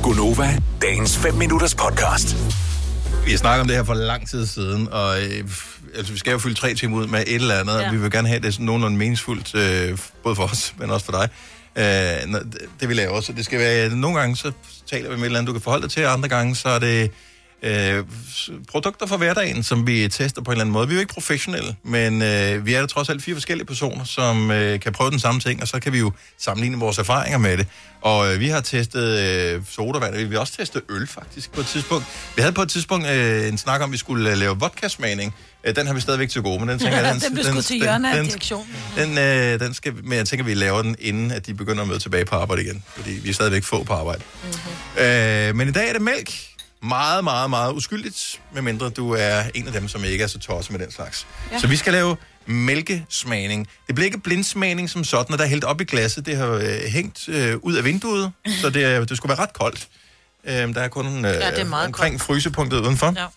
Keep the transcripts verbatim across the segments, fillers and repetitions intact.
Gonova, dagens fem minutters podcast. Vi har snakket om det her for lang tid siden, og øh, altså, vi skal jo fylde tre timer ud med et eller andet, ja. Og vi vil gerne have det sådan nogenlunde meningsfuldt, øh, både for os, men også for dig. Øh, det vi laver også. Det skal være, nogle gange så taler vi med et eller andet, du kan forholde dig til, og andre gange så er det øh, produkter fra hverdagen, som vi tester på en eller anden måde. Vi er jo ikke professionelle, men øh, vi er der trods alt fire forskellige personer, som øh, kan prøve den samme ting, og så kan vi jo sammenligne vores erfaringer med det. Og øh, vi har testet øh, sodavand, vi har også testet øl faktisk på et tidspunkt. Vi havde på et tidspunkt øh, en snak om, at vi skulle øh, lave vodka-smagning. Øh, den har vi stadigvæk til gode, men den tænker jeg... Den, den blev sgu til hjørne af direktionen. Den, øh, den skal, men jeg tænker, vi laver den, inden at de begynder at møde tilbage på arbejde igen, fordi vi er stadigvæk få på arbejde. Mm-hmm. Øh, men i dag er det mælk. Meget, meget, meget uskyldigt, medmindre du er en af dem, som ikke er så tosset med den slags. Ja. Så vi skal lave mælkesmagning. Det bliver ikke blindsmagning som sådan, og der er hældt op i glasset. Det har øh, hængt øh, ud af vinduet, så det, er, det skulle være ret koldt. Øh, der er kun øh, ja, er omkring koldt. Frysepunktet udenfor. Ja.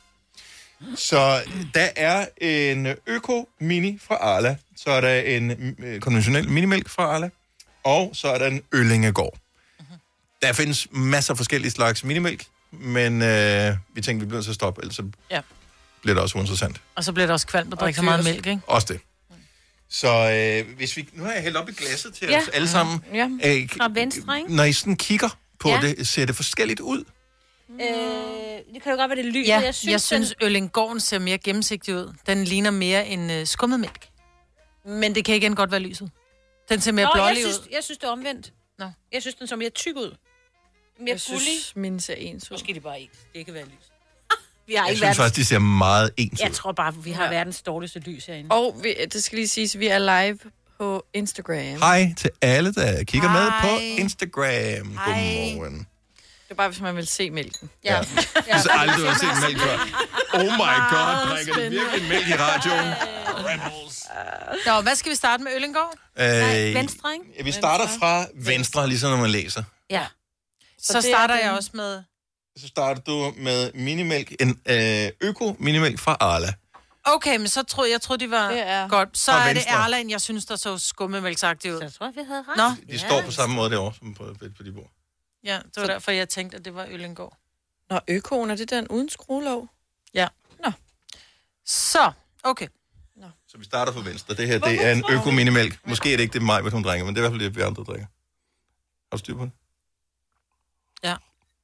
Så der er en Øko Mini fra Arla, så er der en øh, konventionel minimælk fra Arla, og så er der en Øllingegård. Uh-huh. Der findes masser af forskellige slags minimælk, men øh, vi tænkte, vi bliver nødt til at stoppe, ellers så ja. bliver det også uinteressant. Og så bliver det også kvalmt at drikke så meget mælk, ikke? Også det. Så øh, hvis vi... Nu har jeg hældt op i glasset til ja. os alle sammen. Ja, øh, fra venstre, ikke? Når I sådan kigger på ja. det, ser det forskelligt ud? Øh, det kan jo godt være, det lyser. Ja, jeg synes, jeg synes den... Øllingegården ser mere gennemsigtig ud. Den ligner mere en uh, skummet mælk. Men det kan igen godt være lyset. Den ser mere blålig ud. Jeg synes, det er omvendt. Nå. Jeg synes, den så mere tyk ud. Mere jeg synes, mine ser ens ud. Måske det bare ens. Det kan være lys. Vi har jeg ikke synes verdens... faktisk, de ser meget ens ud. Jeg tror bare, vi har ja. verdens dårligste lys herinde. Og vi, det skal lige siges, vi er live på Instagram. Hej til alle, der kigger Hej. med på Instagram. Hej. Godmorgen. Det er bare, hvis man vil se mælken. Ja. ja. Jeg har aldrig har set mælk før. Oh my god, drikker det virkelig mælk i radioen? Rebels. Nå, hvad skal vi starte med, Øllingegård? Øh, Nej, venstre, ikke? Ja, vi starter fra venstre, ligesom når man læser. Ja. Så, så starter jeg også med... Så starter du med minimælk, en øh, øko minimælk fra Arla. Okay, men så troede jeg, troede, de var er. godt. Så er det Arla, jeg synes, der så skummemælksagtigt ud. Så jeg tror, vi havde ret. Nå. De, de ja. står på samme måde derovre, som på, på de bord. Ja, det var så... derfor, jeg tænkte, at det var Øllingegård. Nå, økoen, er det den uden skruelåg? Ja. Nå. Så, okay. Nå. Så vi starter fra venstre. Det her, det er en øko minimælk. Måske er det ikke det mig, hvad hun drikker, men det er i hvert fald det, vi andre drikker. Har du styr på det? Ja.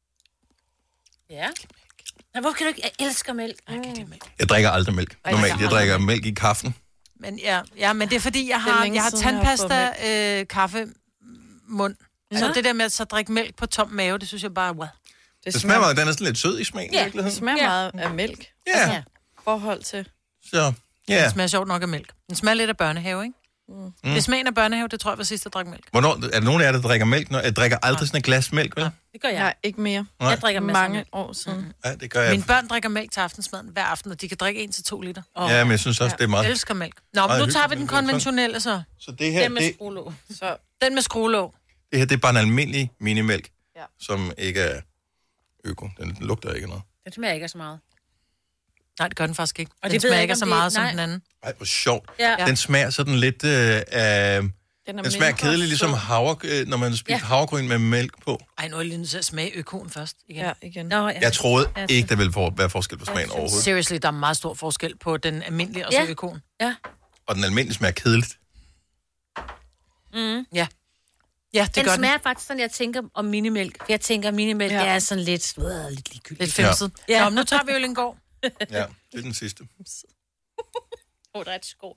Ja. Men hvorfor kan du ikke... Jeg elsker mælk. Mm. Jeg, kan mælk. jeg drikker aldrig mælk. Normalt, jeg drikker mælk i kaffen. Men ja, ja, men det er fordi, jeg har, jeg har tandpasta, øh, kaffe, mund. Ja. Så det der med at så drikke mælk på tom mave, det synes jeg bare, wow. Det, det smager, smager meget, den er sådan lidt sød i smagen. Ja, i virkeligheden. Det smager ja. meget af mælk. Ja. Altså, forhold til... Så, ja. Den smager sjovt nok af mælk. Den smager lidt af børnehave, ikke? Mm. Det smager af børnehave, det tror jeg var sidst, jeg drak mælk. Hvornår, er der nogen af jer, der drikker mælk? Jeg drikker aldrig ja. sådan et glas mælk, vel? Ja. Det gør jeg. Nej, ikke mere. Nej. Jeg drikker mange år siden. Mm-hmm. Ja, det gør jeg. Mine børn drikker mælk til aftensmaden hver aften, og de kan drikke en til to liter. Oh. Ja, men jeg synes også, det er meget... Jeg elsker mælk. Nå, men nu tager vi den konventionelle så. Så det her, den med det... skruelåg. Så den med skruelåg. Det her, det er bare en almindelig minimælk, ja. som ikke er øko. Den lugter ikke noget. Den smager ikke så meget. Nej, det gør den faktisk ikke. Og den smager ikke så meget det... som den anden. Ej, hvor sjovt. Ja. Den smager sådan lidt øh, af... Den, den smager kedeligt, ligesom havre, øh, når man spiser ja. havregryn med mælk på. Ej, nu er jeg lige nødt til at smage økoen først. Igen. Ja, igen. Nå, ja. Jeg troede ikke, der ville for, være forskel på smagen overhovedet. Seriously, der er meget stor forskel på den almindelige og så ja. økoen. Ja. Og den almindelige smager kedeligt. Mm. Ja. Ja, det den gør smager den. faktisk sådan, jeg tænker om minimælk. Jeg tænker, minimælk ja. er sådan lidt... Øh, lidt ligegyldigt. Lidt femset. Ja. Ja. Nå, nu tager vi Øllingegård. Ja, det er den sidste. Åh, oh, der er et skov.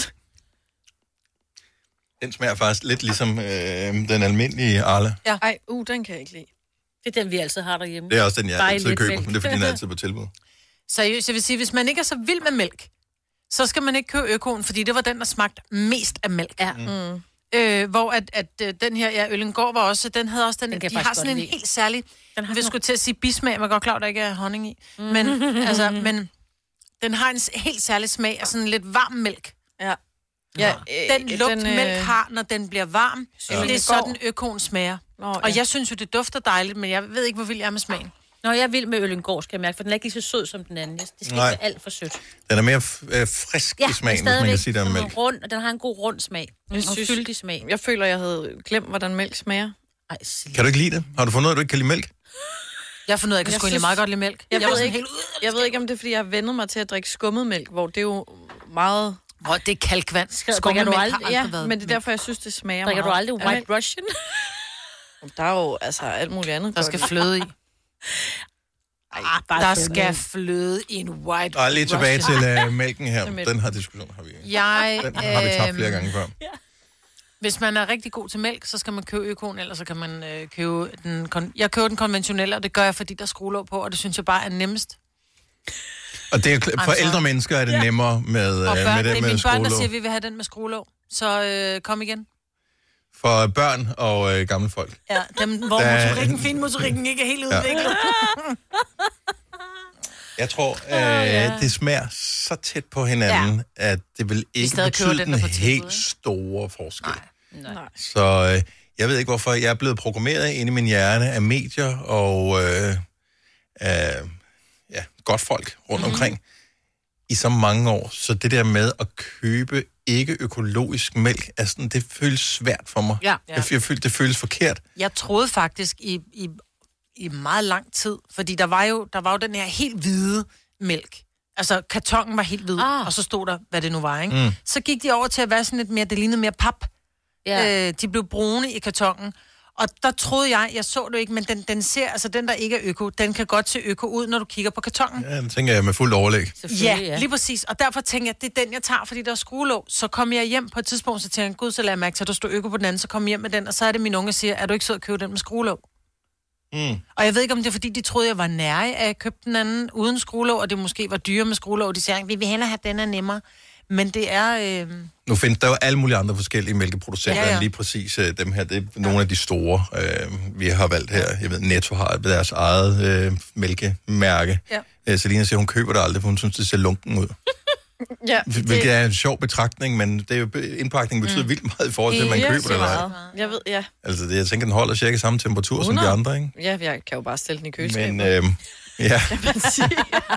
Den smager faktisk lidt ligesom øh, den almindelige Arla. Ja. Ej, uh, den kan jeg ikke lide. Det er den, vi altid har derhjemme. Det er også den, jeg Bare altid køber, mælk. men det er, fordi den er altid på tilbud. Seriøst, jeg vil sige, hvis man ikke er så vild med mælk, så skal man ikke købe økoen, fordi det var den, der smagte mest af mælk. Ja. Mm. Øh, hvor at, at, at den her, ja, Øllingegård var også, den havde også den, den de har sådan en lide. helt særlig, den har vi skulle til at sige bismag, man er godt klar, der ikke er honning i, mm. men, altså, men den har en helt særlig smag af sådan lidt varm mælk. Ja. Ja, den lugt, den, øh... mælk har, når den bliver varm, ja. det er sådan økoen smager. Nå, ja. Og jeg synes jo, det dufter dejligt, men jeg ved ikke, hvor vild jeg er med smagen. Nå, jeg er vild med Øllingegård, skal jeg mærke, for den er ikke lige så sød som den anden. Det skal ikke være alt for sødt. Den er mere f- øh, frisk ja, i smagen, hvis man kan sige det om mælk. Rund, og den har en god rund smag. En fyldig smag. Jeg føler, jeg havde glemt, hvordan mælk smager. Ej, kan du ikke lide det? Har du fundet ud af, at du ikke kan lide mælk? Jeg har fundet ud af, at jeg kan Jeg sgu egentlig synes- meget godt lide mælk. Jeg, var ved sådan ikke, helt, jeg ved ikke, om det er, fordi jeg har vendet mig til at drikke skummet mælk, hvor det er jo meget... Hvor det er kalkvand. drikker du Skummemælk har aldrig- aldrig Ja, været men det er mælk. derfor, jeg synes, det smager Drikker meget. du aldrig af White mælk. Russian? Der er jo altså alt muligt andet. Der skal fløde i. Ah, bare Der sukker. skal fløde i en white Og lige tilbage Russian. til uh, mælken her. mælk. Den her diskussion har vi, Jeg, den har vi tabt flere øhm, gange før. Hvis man er rigtig god til mælk, så skal man købe økoen, eller så kan man øh, købe den... Kon- jeg køber den konventionelle, og det gør jeg, fordi der er skruelåg på, og det synes jeg bare er nemmest. Og det er, kl- for Altså- ældre mennesker er det Ja. nemmere med, Og uh, børn, med det er det med mine børn, der skruelåg. siger, at vi vil have den med skruelåg. Så øh, kom igen. For børn og øh, gamle folk. Ja, dem, hvor Der- motorikken, finmotorikken ikke er helt udviklet. Jeg tror, øh, ja. det smager så tæt på hinanden, ja. at det vil ikke stadig køber betyde den, den, der er på tilbud, helt ikke? store forskel. Nej. Nej. Så øh, jeg ved ikke, hvorfor jeg er blevet programmeret ind i min hjerne af medier og øh, af ja, godt folk rundt mm-hmm. omkring i så mange år. Så det der med at købe ikke økologisk mælk, er sådan, det føles svært for mig. Ja. Jeg, jeg følte, det føles forkert. Jeg troede faktisk i, i, i meget lang tid, fordi der var, jo, der var jo den her helt hvide mælk. Altså, kartongen var helt hvid, Ah. og så stod der, hvad det nu var, ikke? Mm. Så gik de over til at være sådan lidt mere, det lignede mere pap. Ja. Øh, de blev brune i kartongen. Og der troede jeg, jeg så det ikke, men den, den ser, altså den der ikke er øko, den kan godt se øko ud, når du kigger på kartongen. Ja, det tænker jeg med fuldt overlæg. Ja, ja, lige præcis. Og derfor tænker jeg, det er den, jeg tager, fordi der er skruelåg. Så kom jeg hjem på et tidspunkt, så tænker jeg, gud, så lader jeg mærke til, at der står øko på den anden, så kom jeg hjem med den, og så er det min unge, der siger, er du ikke sød at købe den med skruelåg? Mm. Og jeg ved ikke, om det er, fordi de troede, jeg var nære af at købe den anden uden skruelåg, og det måske var dyre med skruelåg. De siger, vi vil hellere have den er nemmere. Men det er... Øh... Nu findes der jo alle mulige andre forskellige mælkeproducenter, Ja, ja. end lige præcis øh, dem her. Det er ja. nogle af de store, øh, vi har valgt her. Jeg ved, Netto har deres eget øh, mælkemærke. Ja. Øh, Selina siger, hun køber det aldrig, for hun synes, det ser lunken ud. Ja, Hvilket er en sjov betragtning, men det er jo, indpakningen betyder mm. vildt meget i forhold til, at man Ja, køber det eller ej. meget. Jeg ved, ja. Altså, det, jeg tænker, den holder cirka samme temperatur som de andre, ikke? Ja, jeg kan jo bare stille den i køleskabet. Men, øh, ja. man sige.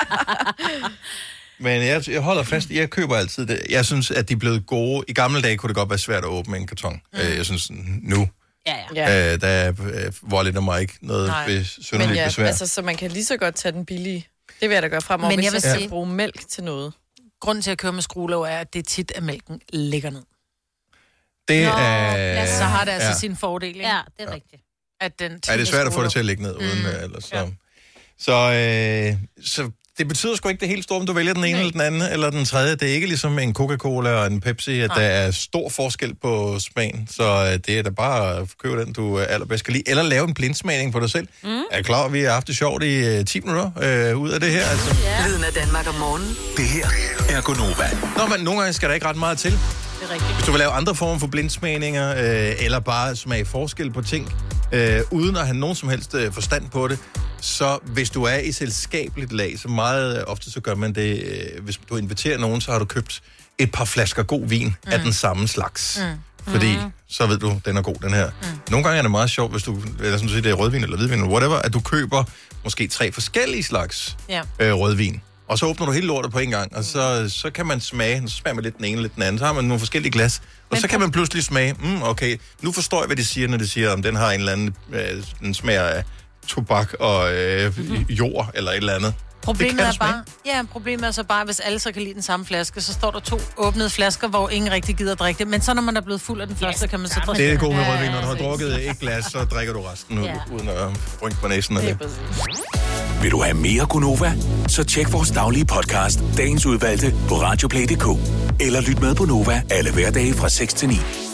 Men jeg, jeg holder fast i, jeg køber altid det. Jeg synes, at de er blevet gode. I gamle dage kunne det godt være svært at åbne en karton. Mm. Jeg synes, nu, Ja, ja. Ja. øh, der øh, volder mig ikke noget Nej. ved Men synderligt ja, besvær. altså, så man kan lige så godt tage den billige. Det vil jeg da gøre fremover, Men hvis jeg jeg, vil skal sige- bruge mælk til noget. Grunden til at køre med skruelåg er, at det er tit, at mælken ligger ned. Det Nå, er... Så har det altså ja. sin fordel, ikke? Ja, det er rigtigt. At den Ja, det er svært at få det til at at... ligge ned uden, mm. ellers så... Ja. Så, øh, så det betyder sgu ikke det helt store, om du vælger den ene eller den anden, eller den tredje. Det er ikke ligesom en Coca-Cola og en Pepsi, at Nej. der er stor forskel på smagen. Så øh, det er da bare at købe den, du øh, allerbedst kan lide. Eller lave en blindsmagning på dig selv. Mm. Er I klar, at vi har haft det sjovt i øh, ti minutter øh, ud af det her? Altså. Lyden af Danmark om morgenen. Det her er Gonova. Nå, men nogle gange skal der ikke ret meget til. Det er rigtigt. Hvis du vil lave andre former for blindsmagninger, øh, eller bare smage forskel på ting, øh, uden at have nogen som helst øh, forstand på det, så hvis du er i selskabeligt lag, så meget øh, ofte så gør man det, øh, hvis du inviterer nogen, så har du købt et par flasker god vin mm. af den samme slags. Mm. Fordi mm. så ved du, den er god, den her. Mm. Nogle gange er det meget sjovt, hvis du, eller som du siger, det er rødvin eller hvidvin, eller whatever, at du køber måske tre forskellige slags Ja. øh, rødvin. Og så åbner du hele lortet på en gang, og så, så kan man smage, så smager man lidt den ene, lidt den anden, så har man nogle forskellige glas, og Men så kan man pludselig smage, mm, okay, nu forstår jeg, hvad de siger, når de siger, om den har en eller anden, øh, den smager af tobak og øh, mm-hmm. jord, eller et eller andet. Problemet Det er kan smage. bare, ja, problemet er så bare, hvis alle så kan lide den samme flaske, så står der to åbnede flasker, hvor ingen rigtig gider at drikke det. Men så når man er blevet fuld af den første, kan man så drikke Det er det den. gode med rødvin, når du har drukket et glas, så drikker du resten ud, Ja. uden at rynke på næsen af Det er det. præcis. Vil du have mere Gonova? Så tjek vores daglige podcast, dagens udvalgte, på radioplay punktum d k. Eller lyt med på Nova alle hverdage fra seks til ni.